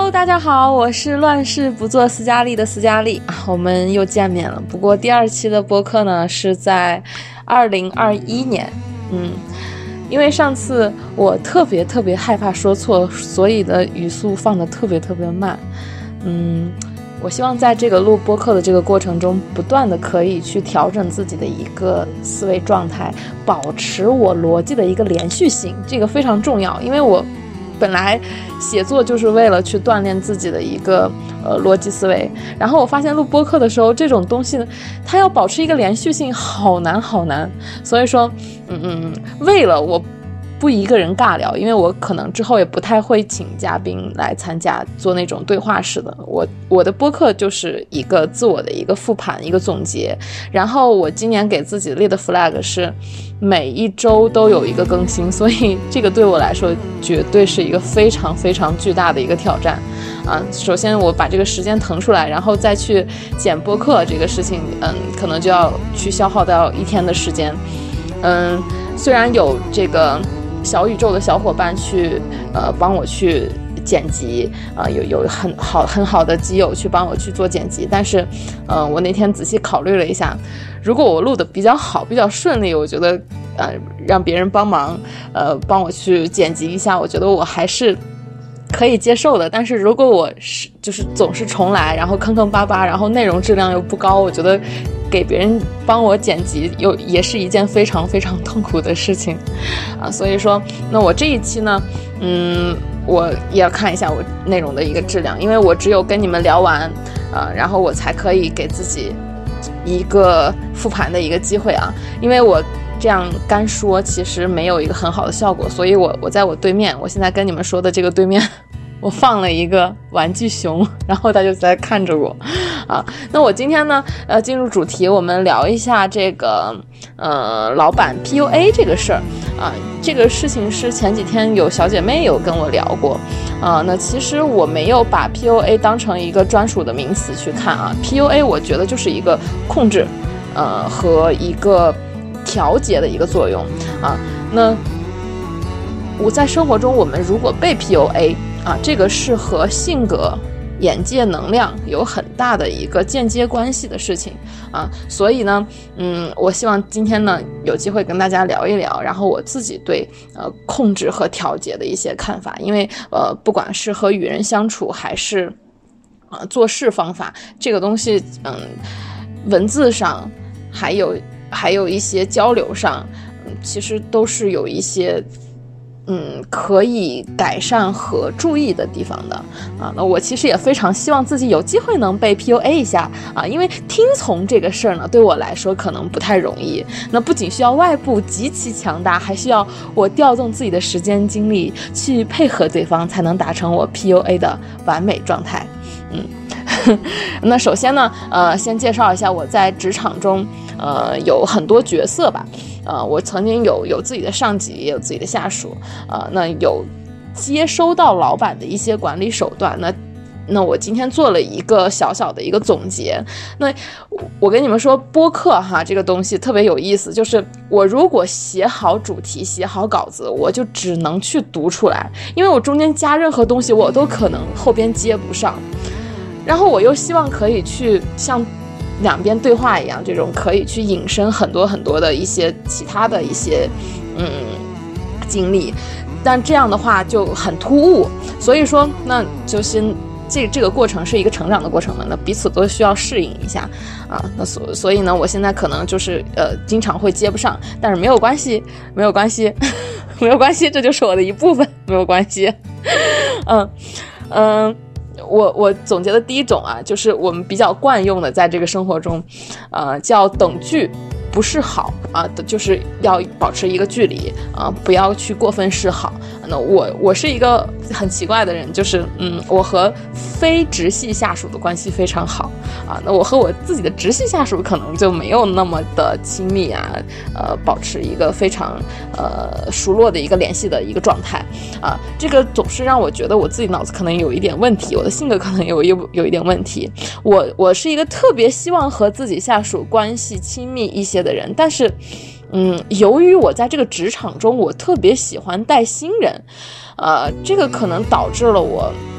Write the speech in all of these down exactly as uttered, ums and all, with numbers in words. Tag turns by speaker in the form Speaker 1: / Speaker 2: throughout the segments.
Speaker 1: Hello， 大家好，我是乱世不做斯嘉丽的斯嘉丽，我们又见面了。不过第二期的播客呢是在二零二一年，嗯，因为上次我特别特别害怕说错，所以的语速放得特别特别慢。嗯，我希望在这个录播客的这个过程中，不断的可以去调整自己的一个思维状态，保持我逻辑的一个连续性，这个非常重要，因为我本来写作就是为了去锻炼自己的一个呃逻辑思维，然后我发现录播客的时候，这种东西呢，它要保持一个连续性，好难好难。所以说，嗯嗯，为了我不一个人尬聊，因为我可能之后也不太会请嘉宾来参加做那种对话式的，我我的播客就是一个自我的一个复盘，一个总结。然后我今年给自己立的 flag 是每一周都有一个更新，所以这个对我来说绝对是一个非常非常巨大的一个挑战啊！首先我把这个时间腾出来，然后再去剪播客这个事情，嗯，可能就要去消耗到一天的时间。嗯，虽然有这个小宇宙的小伙伴去呃帮我去剪辑啊、呃，有有很好很好的基友去帮我去做剪辑，但是呃我那天仔细考虑了一下，如果我录的比较好比较顺利，我觉得呃让别人帮忙呃帮我去剪辑一下，我觉得我还是可以接受的。但是如果我是就是总是重来，然后坑坑巴巴，然后内容质量又不高，我觉得给别人帮我剪辑又也是一件非常非常痛苦的事情啊。所以说那我这一期呢嗯我也要看一下我内容的一个质量，因为我只有跟你们聊完啊，然后我才可以给自己一个复盘的一个机会啊。因为我这样干说其实没有一个很好的效果，所以我我在我对面，我现在跟你们说的这个对面我放了一个玩具熊，然后他就在看着我啊。那我今天呢呃进入主题，我们聊一下这个呃老板 P U A 这个事儿啊。这个事情是前几天有小姐妹有跟我聊过啊。那其实我没有把 P U A 当成一个专属的名词去看啊。 P U A 我觉得就是一个控制呃和一个调节的一个作用啊。那我在生活中，我们如果被 P U A 啊，这个是和性格、眼界、能量有很大的一个间接关系的事情啊。所以呢，嗯，我希望今天呢有机会跟大家聊一聊，然后我自己对呃控制和调节的一些看法。因为呃，不管是和与人相处，还是啊、呃、做事方法，这个东西，嗯，文字上还有还有一些交流上，嗯，其实都是有一些嗯，可以改善和注意的地方的啊。那我其实也非常希望自己有机会能被 P U A 一下啊，因为听从这个事儿呢，对我来说可能不太容易。那不仅需要外部极其强大，还需要我调动自己的时间精力去配合对方，才能达成我 P U A 的完美状态。嗯。那首先呢，呃，先介绍一下我在职场中，呃，有很多角色吧。呃，我曾经有有自己的上级，也有自己的下属，呃，那有接收到老板的一些管理手段。那那我今天做了一个小小的一个总结。那我跟你们说，播客哈这个东西特别有意思，就是我如果写好主题、写好稿子，我就只能去读出来，因为我中间加任何东西，我都可能后边接不上。然后我又希望可以去像两边对话一样，这种可以去引申很多很多的一些其他的一些嗯经历，但这样的话就很突兀。所以说那就先这这个过程是一个成长的过程嘛，那彼此都需要适应一下啊。那所所以呢，我现在可能就是呃经常会接不上，但是没有关系，没有关系，没有关系，这就是我的一部分，没有关系。嗯嗯。我我总结的第一种啊，就是我们比较惯用的，在这个生活中，呃，叫等距不示好啊，就是要保持一个距离啊，不要去过分示好。那我我是一个很奇怪的人，就是嗯，我和非直系下属的关系非常好啊，那我和我自己的直系下属可能就没有那么的亲密啊，呃，保持一个非常呃熟络的一个联系的一个状态啊，这个总是让我觉得我自己脑子可能有一点问题，我的性格可能有有有一点问题。我我是一个特别希望和自己下属关系亲密一些的人，但是嗯，由于我在这个职场中，我特别喜欢带新人，呃，这个可能导致了我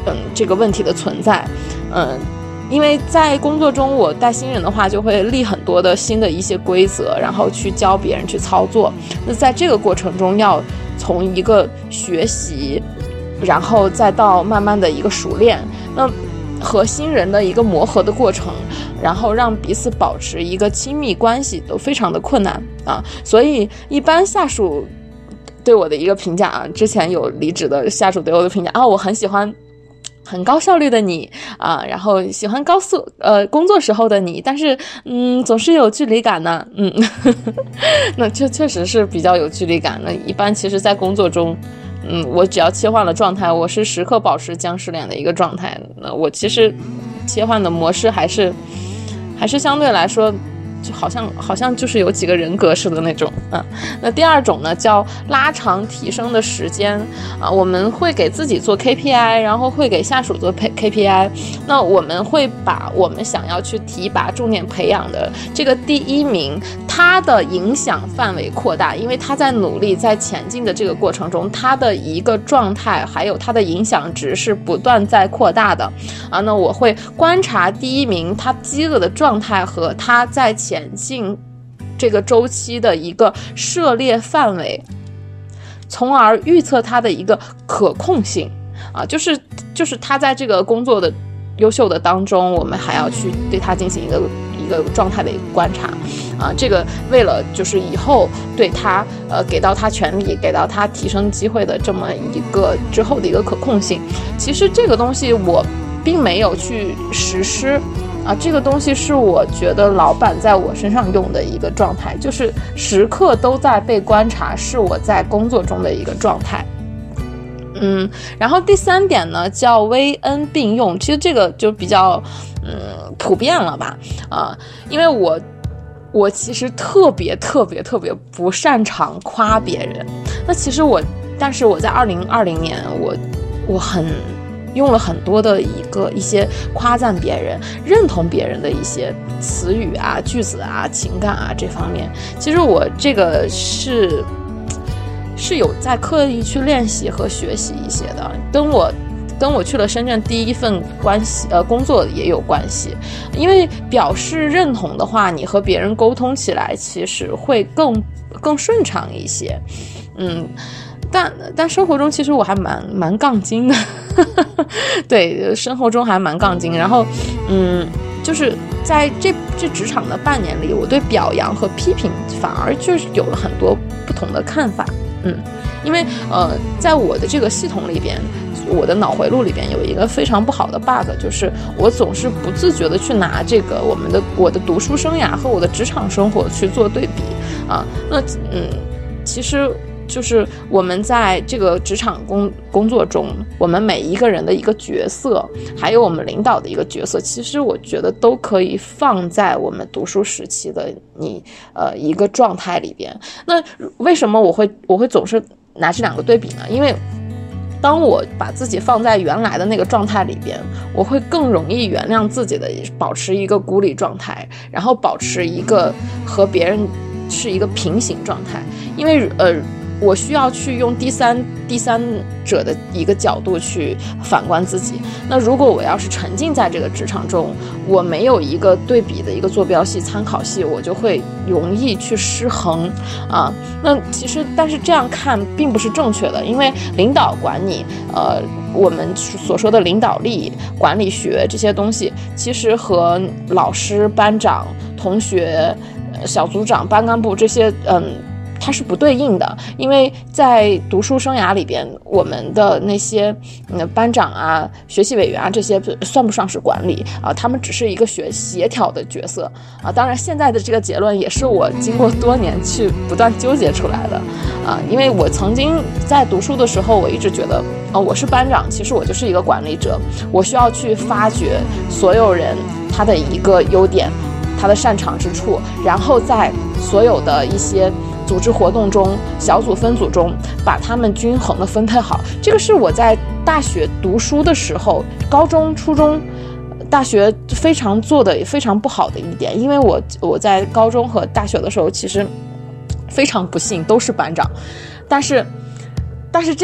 Speaker 1: 嗯这个问题的存在。嗯，因为在工作中我带新人的话就会立很多的新的一些规则，然后去教别人去操作。那在这个过程中要从一个学习，然后再到慢慢的一个熟练，那和新人的一个磨合的过程，然后让彼此保持一个亲密关系都非常的困难啊。所以一般下属对我的一个评价啊，之前有离职的下属对我的评价啊，我很喜欢很高效率的你啊，然后喜欢高速呃工作时候的你，但是嗯总是有距离感呢，嗯，那确确实是比较有距离感。那一般其实在工作中，嗯，我只要切换了状态，我是时刻保持僵尸脸的一个状态。那我其实切换的模式还是还是相对来说，就好像好像就是有几个人格似的那种啊。那第二种呢，叫拉长提升的时间啊，我们会给自己做 K P I， 然后会给下属做 K P I。那我们会把我们想要去提拔、重点培养的这个第一名，他的影响范围扩大，因为他在努力在前进的这个过程中，他的一个状态还有他的影响值是不断在扩大的啊。那我会观察第一名他饥饿的状态和他在前前进这个周期的一个涉猎范围，从而预测它的一个可控性啊，就是就是他在这个工作的优秀的当中，我们还要去对他进行一个一个状态的一个观察啊，这个为了就是以后对他呃给到他权利，给到他提升机会的这么一个之后的一个可控性。其实这个东西我并没有去实施啊，这个东西是我觉得老板在我身上用的一个状态，就是时刻都在被观察，是我在工作中的一个状态。嗯，然后第三点呢叫微恩并用，其实这个就比较嗯普遍了吧啊，因为我我其实特别特别特别不擅长夸别人，那其实我但是我在二零二零年我我很用了很多的一个一些夸赞别人、认同别人的一些词语啊、句子啊、情感啊这方面，其实我这个是是有在刻意去练习和学习一些的，跟我跟我去了深圳第一份关系呃工作也有关系，因为表示认同的话，你和别人沟通起来其实会更更顺畅一些，嗯。但但生活中其实我还蛮蛮杠精的对，生活中还蛮杠精，然后嗯就是在这这职场的半年里，我对表扬和批评反而就是有了很多不同的看法。嗯，因为呃在我的这个系统里边，我的脑回路里边有一个非常不好的 bug， 就是我总是不自觉的去拿这个我们的我的读书生涯和我的职场生活去做对比啊。那嗯其实就是我们在这个职场工工作中，我们每一个人的一个角色，还有我们领导的一个角色，其实我觉得都可以放在我们读书时期的你呃一个状态里边。那为什么我会我会总是拿这两个对比呢？因为当我把自己放在原来的那个状态里边，我会更容易原谅自己的，保持一个孤立状态，然后保持一个和别人是一个平行状态。因为呃我需要去用第三第三者的一个角度去反观自己。那如果我要是沉浸在这个职场中，我没有一个对比的一个坐标系、参考系，我就会容易去失衡啊。那其实，但是这样看并不是正确的，因为领导管你，呃，我们所说的领导力、管理学这些东西，其实和老师、班长、同学、小组长、班干部这些，嗯。它是不对应的，因为在读书生涯里边，我们的那些、嗯、班长啊、学习委员啊，这些算不上是管理啊，他们只是一个学协调的角色啊。当然，现在的这个结论也是我经过多年去不断纠结出来的啊。因为我曾经在读书的时候，我一直觉得啊，我是班长，其实我就是一个管理者，我需要去发掘所有人他的一个优点，他的擅长之处，然后在所有的一些组织活动中、小组分组中，把他们均衡的分配好。这个是我在大学读书的时候，高中、初中、大学非常做的非常不好的一点。因为我我在高中和大学的时候，其实非常不幸都是班长，但是但是这个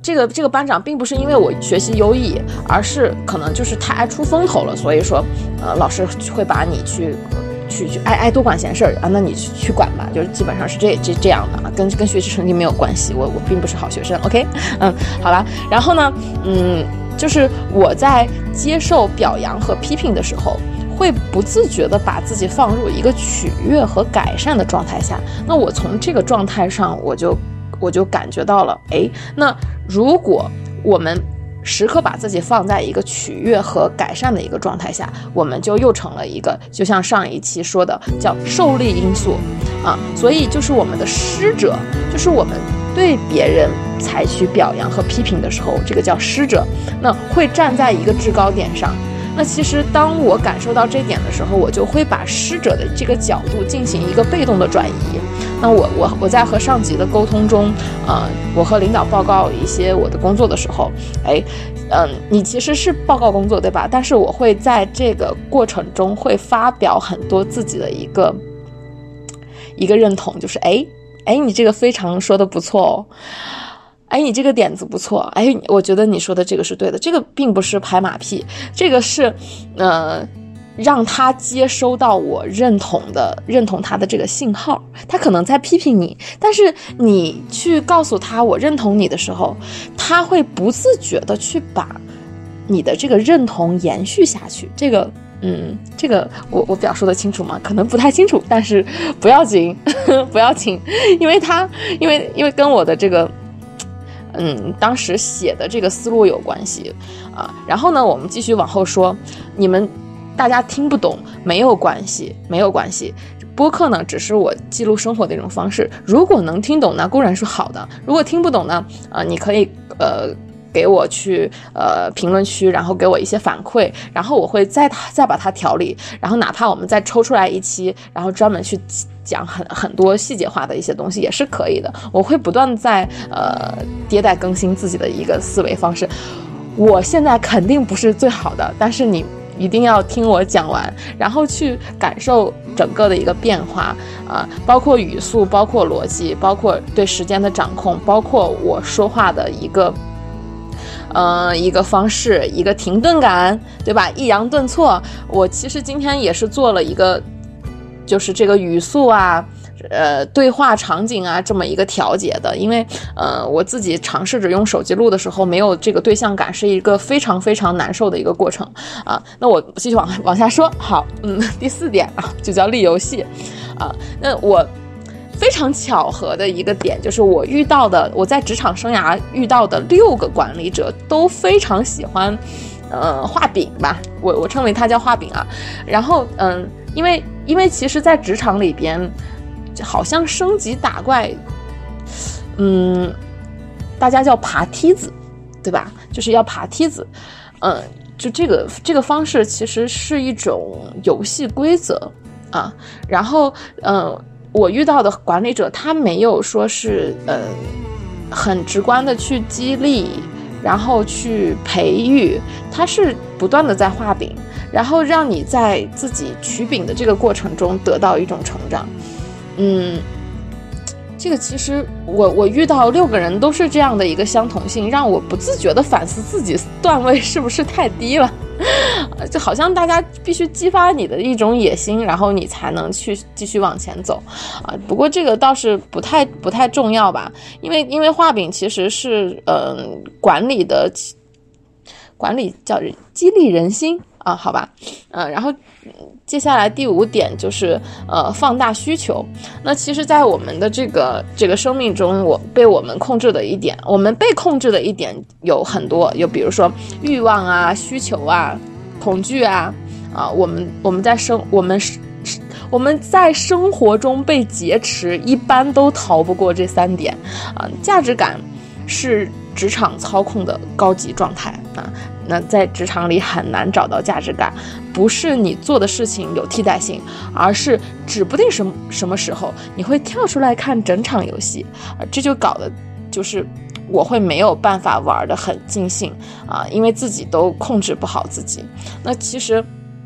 Speaker 1: 这个这个班长并不是因为我学习优异，而是可能就是太爱出风头了，所以说呃老师会把你去去去爱爱多管闲事啊，那你去去管吧，就是基本上是这这这样的啊，跟跟学习成绩没有关系，我我并不是好学生 ，OK， 嗯，好了，然后呢，嗯，就是我在接受表扬和批评的时候，会不自觉地把自己放入一个取悦和改善的状态下，那我从这个状态上，我就我就感觉到了，哎，那如果我们时刻把自己放在一个取悦和改善的一个状态下，我们就又成了一个，就像上一期说的叫受力因素啊，所以就是我们的施者，就是我们对别人采取表扬和批评的时候，这个叫施者，那会站在一个制高点上。那其实当我感受到这点的时候，我就会把施者的这个角度进行一个被动的转移。那我我我在和上级的沟通中，呃，我和领导报告一些我的工作的时候，哎，嗯，你其实是报告工作对吧？但是我会在这个过程中会发表很多自己的一个一个认同，就是哎哎，你这个非常说的不错哦。哎，你这个点子不错，哎，我觉得你说的这个是对的，这个并不是拍马屁，这个是呃让他接收到我认同的认同他的这个信号。他可能在批评你，但是你去告诉他我认同你的时候，他会不自觉的去把你的这个认同延续下去。这个嗯，这个我我表述的清楚吗？可能不太清楚，但是不要紧不要紧，因为他因为因为跟我的这个嗯，当时写的这个思路有关系啊。然后呢，我们继续往后说，你们大家听不懂没有关系，没有关系。播客呢，只是我记录生活的一种方式。如果能听懂呢，固然是好的；如果听不懂呢，啊、呃，你可以呃给我去呃评论区，然后给我一些反馈，然后我会再再把它调理。然后哪怕我们再抽出来一期，然后专门去讲很很多细节化的一些东西也是可以的。我会不断在呃迭代更新自己的一个思维方式。我现在肯定不是最好的，但是你一定要听我讲完，然后去感受整个的一个变化啊、呃，包括语速，包括逻辑，包括对时间的掌控，包括我说话的一个呃，一个方式，一个停顿感，对吧？抑扬顿挫。我其实今天也是做了一个，就是这个语速啊，呃，对话场景啊，这么一个调节的。因为呃，我自己尝试着用手机录的时候，没有这个对象感，是一个非常非常难受的一个过程啊。那我继续往往下说，好，嗯，第四点啊，就叫立游戏啊。那我非常巧合的一个点就是我遇到的我在职场生涯遇到的六个管理者都非常喜欢呃画饼吧，我我称为它叫画饼啊。然后嗯，因为因为其实在职场里边好像升级打怪，嗯，大家叫爬梯子，对吧？就是要爬梯子，嗯，就这个这个方式其实是一种游戏规则啊。然后嗯。我遇到的管理者，他没有说是呃很直观的去激励，然后去培育，他是不断的在画饼，然后让你在自己取饼的这个过程中得到一种成长。嗯，这个其实我我遇到六个人都是这样的一个相同性，让我不自觉的反思自己段位是不是太低了。就好像大家必须激发你的一种野心，然后你才能去继续往前走啊。不过这个倒是不太不太重要吧，因为因为画饼其实是呃管理的管理叫激励人心啊，好吧，呃，然后接下来第五点就是呃放大需求。那其实，在我们的这个这个生命中，我被我们控制的一点，我们被控制的一点有很多，有比如说欲望啊、需求啊、恐惧啊啊，我们我们在生我们我们在生活中被劫持，一般都逃不过这三点啊。价值感是职场操控的高级状态啊，那在职场里很难找到价值感，不是你做的事情有替代性，而是指不定什么什么时候你会跳出来看整场游戏啊，这就搞得就是我会没有办法玩得很尽兴啊，因为自己都控制不好自己。那其实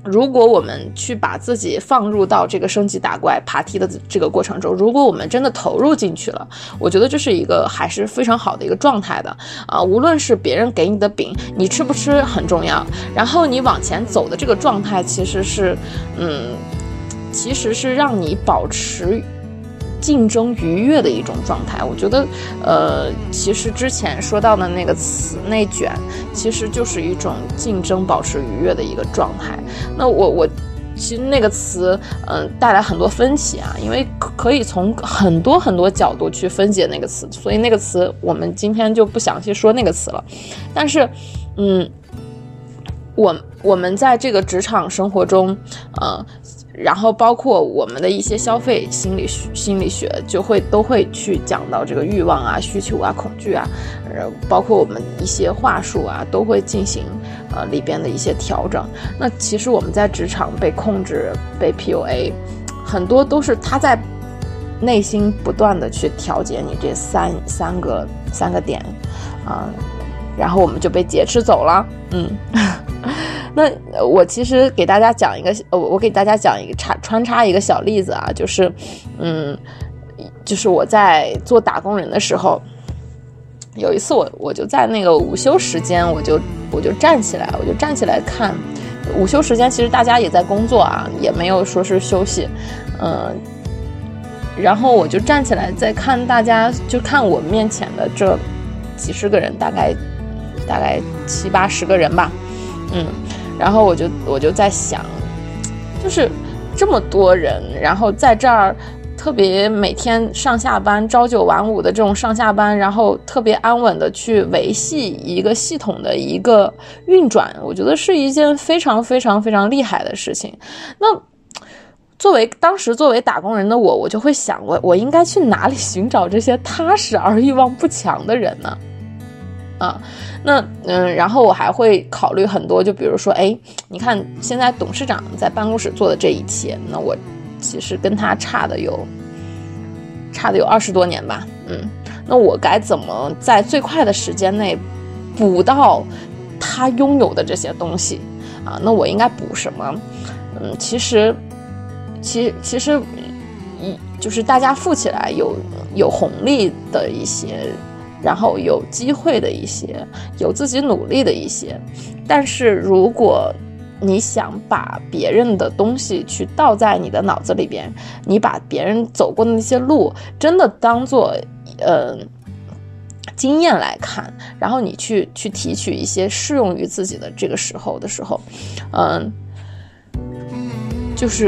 Speaker 1: 如果我们去把自己放入到这个升级打怪爬梯的这个过程中，如果我们真的投入进去了，我觉得这是一个还是非常好的一个状态的啊、呃。无论是别人给你的饼，你吃不吃很重要，然后你往前走的这个状态其实是，嗯，其实是让你保持竞争愉悦的一种状态。我觉得呃，其实之前说到的那个词内卷其实就是一种竞争保持愉悦的一个状态。那我我其实那个词嗯、呃、带来很多分歧啊，因为可以从很多很多角度去分解那个词，所以那个词我们今天就不详细说那个词了。但是嗯我我们在这个职场生活中呃然后包括我们的一些消费心理心理学就会都会去讲到这个欲望啊、需求啊、恐惧啊，呃，包括我们一些话术啊，都会进行呃里边的一些调整。那其实我们在职场被控制、被 P U A， 很多都是他在内心不断的去调节你这三三个三个点啊、呃，然后我们就被劫持走了，嗯。那我其实给大家讲一个，我我给大家讲一个插穿插一个小例子啊，就是，嗯，就是我在做打工人的时候，有一次我我就在那个午休时间，我就我就站起来，我就站起来看。午休时间其实大家也在工作啊，也没有说是休息，嗯、呃，然后我就站起来在看大家，就看我面前的这几十个人，大概大概七八十个人吧，嗯。然后我就我就在想，就是这么多人，然后在这儿特别每天上下班朝九晚五的这种上下班，然后特别安稳的去维系一个系统的一个运转，我觉得是一件非常非常非常厉害的事情。那作为当时作为打工人的我，我就会想，我我应该去哪里寻找这些踏实而欲望不强的人呢？啊，那嗯，然后我还会考虑很多，就比如说，哎，你看现在董事长在办公室做的这一切，那我其实跟他差的有差的有二十多年吧，嗯，那我该怎么在最快的时间内补到他拥有的这些东西啊？那我应该补什么？嗯，其实，其其实，一就是大家富起来有有红利的一些。然后有机会的一些，有自己努力的一些，但是如果你想把别人的东西去倒在你的脑子里边，你把别人走过的那些路真的当做呃经验来看，然后你去去提取一些适用于自己的这个时候的时候，嗯、呃，就是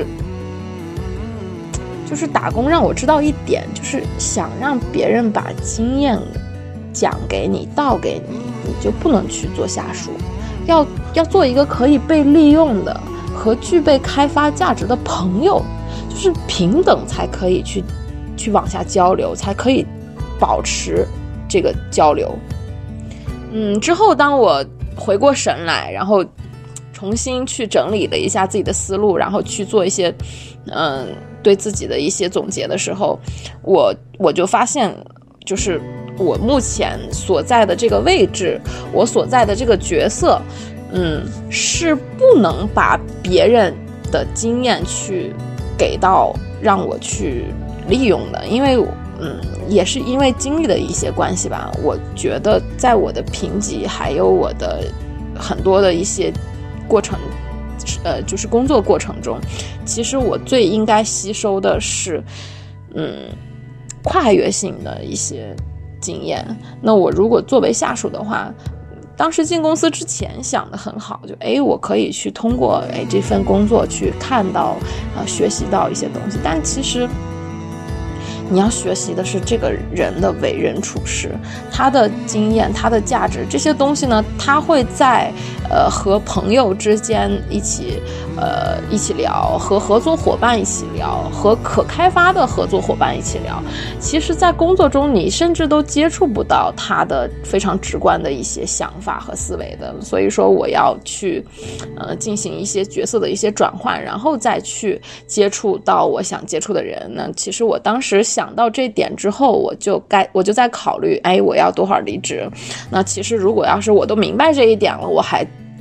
Speaker 1: 就是打工让我知道一点，就是想让别人把经验讲给你倒给你，你就不能去做下属，要要做一个可以被利用的和具备开发价值的朋友，就是平等才可以去去往下交流，才可以保持这个交流。嗯，之后当我回过神来，然后重新去整理了一下自己的思路，然后去做一些嗯、呃、对自己的一些总结的时候，我我就发现，就是我目前所在的这个位置，我所在的这个角色，嗯，是不能把别人的经验去给到让我去利用的，因为嗯，也是因为经历的一些关系吧，我觉得在我的评级还有我的很多的一些过程，呃，就是工作过程中，其实我最应该吸收的是，嗯，跨越性的一些经验。那我如果作为下属的话，当时进公司之前想得很好，就哎，我可以去通过哎这份工作去看到啊、呃、学习到一些东西，但其实你要学习的是这个人的为人处事，他的经验，他的价值，这些东西呢，他会在呃和朋友之间一起呃一起聊，和合作伙伴一起聊，和可开发的合作伙伴一起聊。其实在工作中你甚至都接触不到他的非常直观的一些想法和思维的，所以说我要去呃进行一些角色的一些转换，然后再去接触到我想接触的人。那其实我当时想到这点之后，我就该我就在考虑，哎，我要多少离职。那其实如果要是我都明白这一点了，我还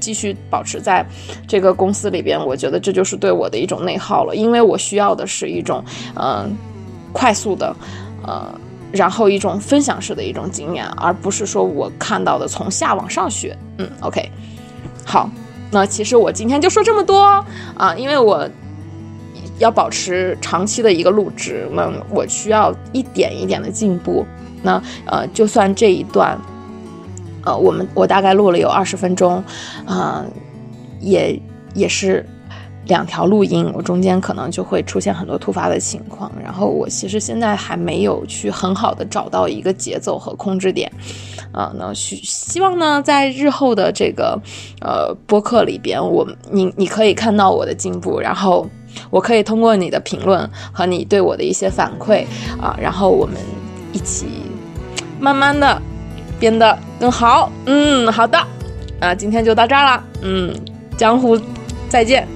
Speaker 1: 继续保持在这个公司里边，我觉得这就是对我的一种内耗了，因为我需要的是一种呃快速的呃然后一种分享式的一种经验，而不是说我看到的从下往上学。嗯 OK 好，那其实我今天就说这么多啊，因为我要保持长期的一个录制，那我需要一点一点的进步。那呃，就算这一段，呃，我们我大概录了有二十分钟，啊、呃，也也是两条录音，我中间可能就会出现很多突发的情况，然后我其实现在还没有去很好的找到一个节奏和控制点。啊、呃，那希望呢，在日后的这个呃播客里边，我你你可以看到我的进步，然后我可以通过你的评论和你对我的一些反馈啊、呃，然后我们一起慢慢的变得更好。嗯，好的，啊、呃，今天就到这儿了。嗯，江湖再见。